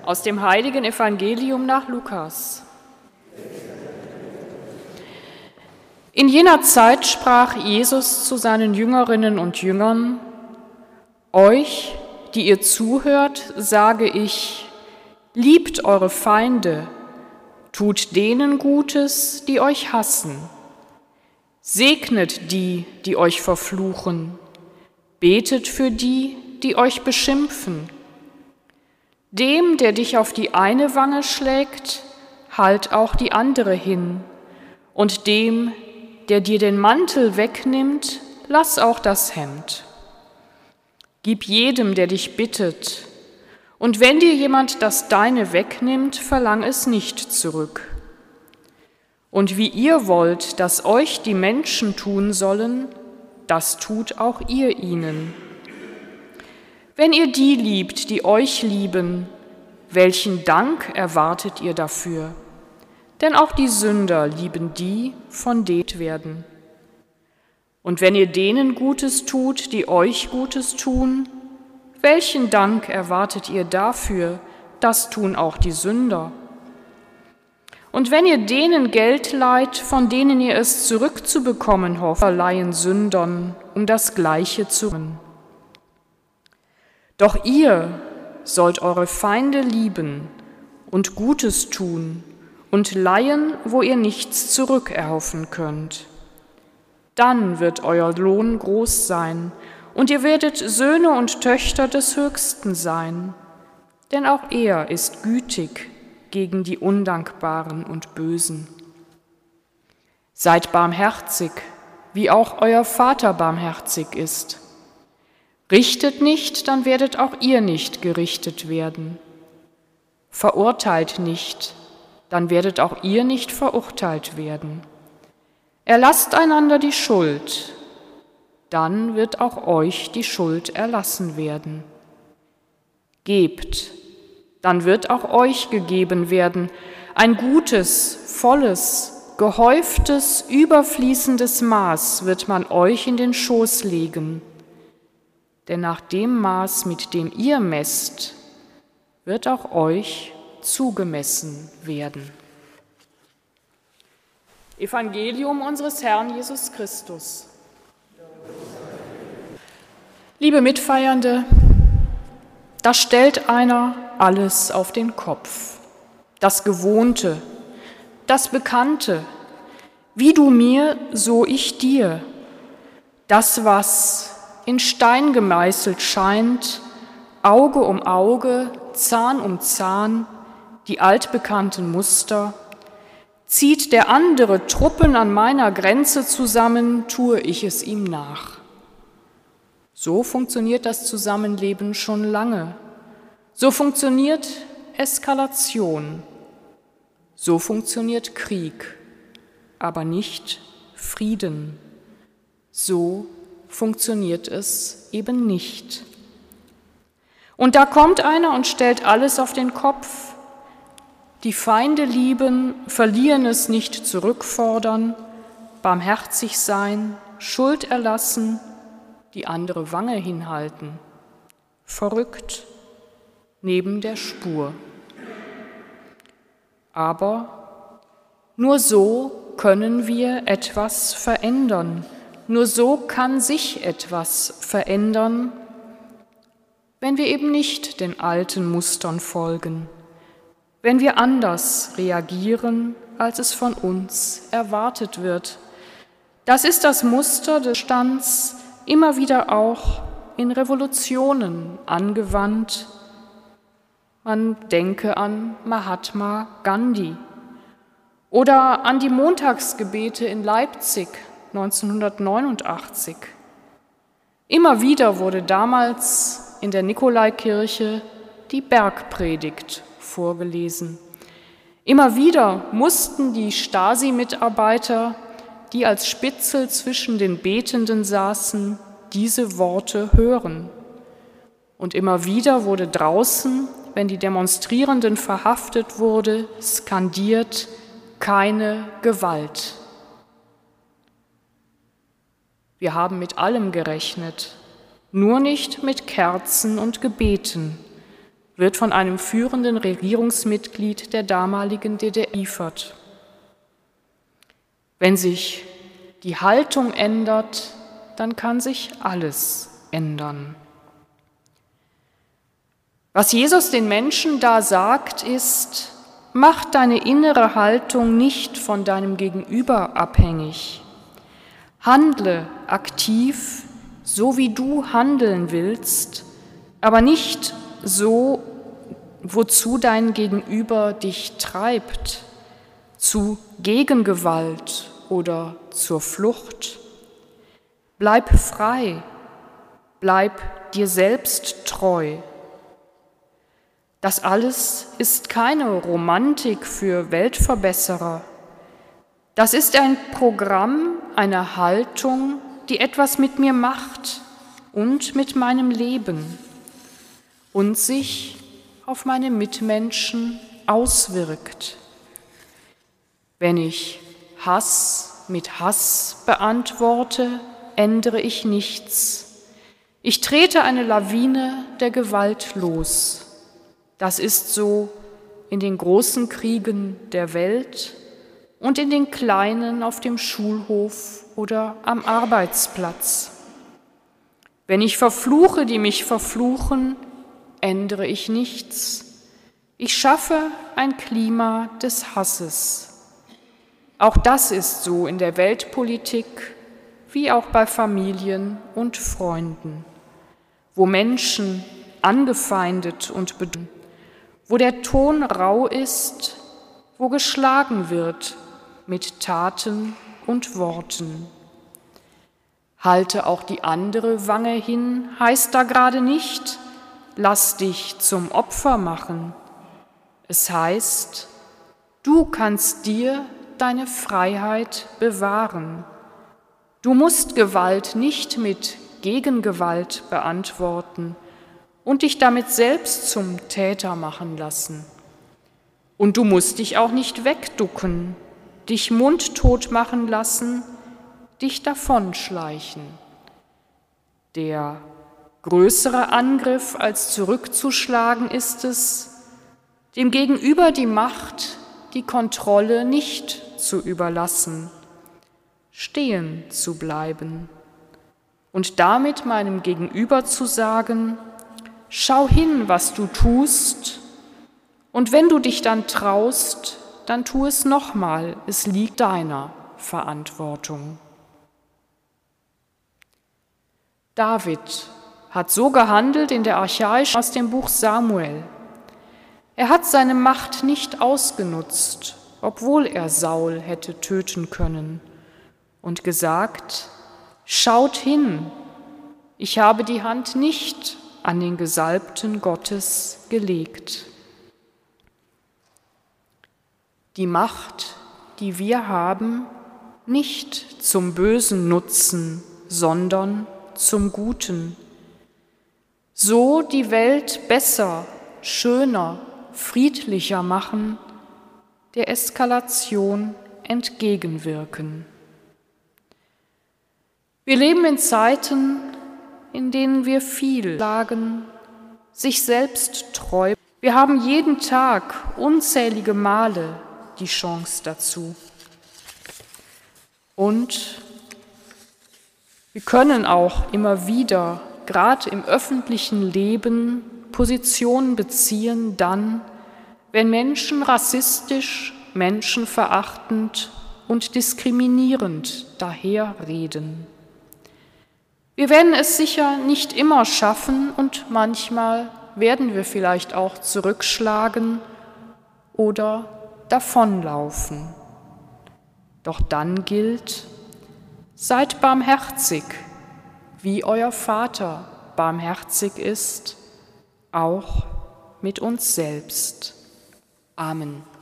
Aus dem heiligen Evangelium nach Lukas. In jener Zeit sprach Jesus zu seinen Jüngerinnen und Jüngern: Euch, die ihr zuhört, sage ich, liebt eure Feinde, tut denen Gutes, die euch hassen, segnet die, die euch verfluchen, betet für die, die euch beschimpfen. Dem, der dich auf die eine Wange schlägt, halt auch die andere hin, und dem, der dir den Mantel wegnimmt, lass auch das Hemd. Gib jedem, der dich bittet, und wenn dir jemand das Deine wegnimmt, verlang es nicht zurück. Und wie ihr wollt, dass euch die Menschen tun sollen, das tut auch ihr ihnen. Wenn ihr die liebt, die euch lieben, welchen Dank erwartet ihr dafür? Denn auch die Sünder lieben die, von denen werden. Und wenn ihr denen Gutes tut, die euch Gutes tun, welchen Dank erwartet ihr dafür? Das tun auch die Sünder. Und wenn ihr denen Geld leiht, von denen ihr es zurückzubekommen hofft, verleihen Sündern, um das Gleiche zu tun. Doch ihr sollt eure Feinde lieben und Gutes tun und leihen, wo ihr nichts zurückerhoffen könnt. Dann wird euer Lohn groß sein, und ihr werdet Söhne und Töchter des Höchsten sein, denn auch er ist gütig gegen die Undankbaren und Bösen. Seid barmherzig, wie auch euer Vater barmherzig ist. Richtet nicht, dann werdet auch ihr nicht gerichtet werden. Verurteilt nicht, dann werdet auch ihr nicht verurteilt werden. Erlasst einander die Schuld, dann wird auch euch die Schuld erlassen werden. Gebt, dann wird auch euch gegeben werden, ein gutes, volles, gehäuftes, überfließendes Maß wird man euch in den Schoß legen. Denn nach dem Maß, mit dem ihr messt, wird auch euch zugemessen werden. Evangelium unseres Herrn Jesus Christus. Liebe Mitfeiernde, da stellt einer alles auf den Kopf. Das Gewohnte, das Bekannte, wie du mir, so ich dir. Das, was in Stein gemeißelt scheint, Auge um Auge, Zahn um Zahn, die altbekannten Muster. Zieht der andere Truppen an meiner Grenze zusammen, tue ich es ihm nach. So funktioniert das Zusammenleben schon lange. So funktioniert Eskalation. So funktioniert Krieg, aber nicht Frieden. So funktioniert es eben nicht. Und da kommt einer und stellt alles auf den Kopf. Die Feinde lieben, verlieren es nicht zurückfordern, barmherzig sein, Schuld erlassen, die andere Wange hinhalten. Verrückt, neben der Spur. Aber nur so können wir etwas verändern. Nur so kann sich etwas verändern, wenn wir eben nicht den alten Mustern folgen, wenn wir anders reagieren, als es von uns erwartet wird. Das ist das Muster des Stands, immer wieder auch in Revolutionen angewandt. Man denke an Mahatma Gandhi oder an die Montagsgebete in Leipzig 1989. Immer wieder wurde damals in der Nikolaikirche die Bergpredigt vorgelesen. Immer wieder mussten die Stasi-Mitarbeiter, die als Spitzel zwischen den Betenden saßen, diese Worte hören. Und immer wieder wurde draußen, wenn die Demonstrierenden verhaftet wurde, skandiert: keine Gewalt. Wir haben mit allem gerechnet, nur nicht mit Kerzen und Gebeten, wird von einem führenden Regierungsmitglied der damaligen DDR geliefert. Wenn sich die Haltung ändert, dann kann sich alles ändern. Was Jesus den Menschen da sagt, ist: Mach deine innere Haltung nicht von deinem Gegenüber abhängig. Handle aktiv, so wie du handeln willst, aber nicht so, wozu dein Gegenüber dich treibt, zu Gegengewalt oder zur Flucht. Bleib frei, bleib dir selbst treu. Das alles ist keine Romantik für Weltverbesserer. Das ist ein Programm, eine Haltung, die etwas mit mir macht und mit meinem Leben und sich auf meine Mitmenschen auswirkt. Wenn ich Hass mit Hass beantworte, ändere ich nichts. Ich trete eine Lawine der Gewalt los. Das ist so in den großen Kriegen der Welt und in den kleinen auf dem Schulhof oder am Arbeitsplatz. Wenn ich verfluche, die mich verfluchen, ändere ich nichts. Ich schaffe ein Klima des Hasses. Auch das ist so in der Weltpolitik wie auch bei Familien und Freunden, wo Menschen angefeindet und bedroht, wo der Ton rau ist, wo geschlagen wird mit Taten und Worten. Halte auch die andere Wange hin, heißt da gerade nicht, lass dich zum Opfer machen. Es heißt, du kannst dir deine Freiheit bewahren. Du musst Gewalt nicht mit Gegengewalt beantworten und dich damit selbst zum Täter machen lassen. Und du musst dich auch nicht wegducken, dich mundtot machen lassen, dich davonschleichen. Der größere Angriff als zurückzuschlagen ist es, dem Gegenüber die Macht, die Kontrolle nicht zu überlassen, stehen zu bleiben und damit meinem Gegenüber zu sagen: Schau hin, was du tust, und wenn du dich dann traust, dann tu es nochmal, es liegt deiner Verantwortung. David hat so gehandelt in der Archaischen aus dem Buch Samuel. Er hat seine Macht nicht ausgenutzt, obwohl er Saul hätte töten können, und gesagt: Schaut hin, ich habe die Hand nicht an den Gesalbten Gottes gelegt. Die Macht, die wir haben, nicht zum Bösen nutzen, sondern zum Guten. So die Welt besser, schöner, friedlicher machen, der Eskalation entgegenwirken. Wir leben in Zeiten, in denen wir viel sagen, sich selbst treu. Wir haben jeden Tag unzählige Male die Chance dazu. Und wir können auch immer wieder, gerade im öffentlichen Leben, Positionen beziehen, dann, wenn Menschen rassistisch, menschenverachtend und diskriminierend daherreden. Wir werden es sicher nicht immer schaffen und manchmal werden wir vielleicht auch zurückschlagen oder davonlaufen. Doch dann gilt: Seid barmherzig, wie euer Vater barmherzig ist, auch mit uns selbst. Amen.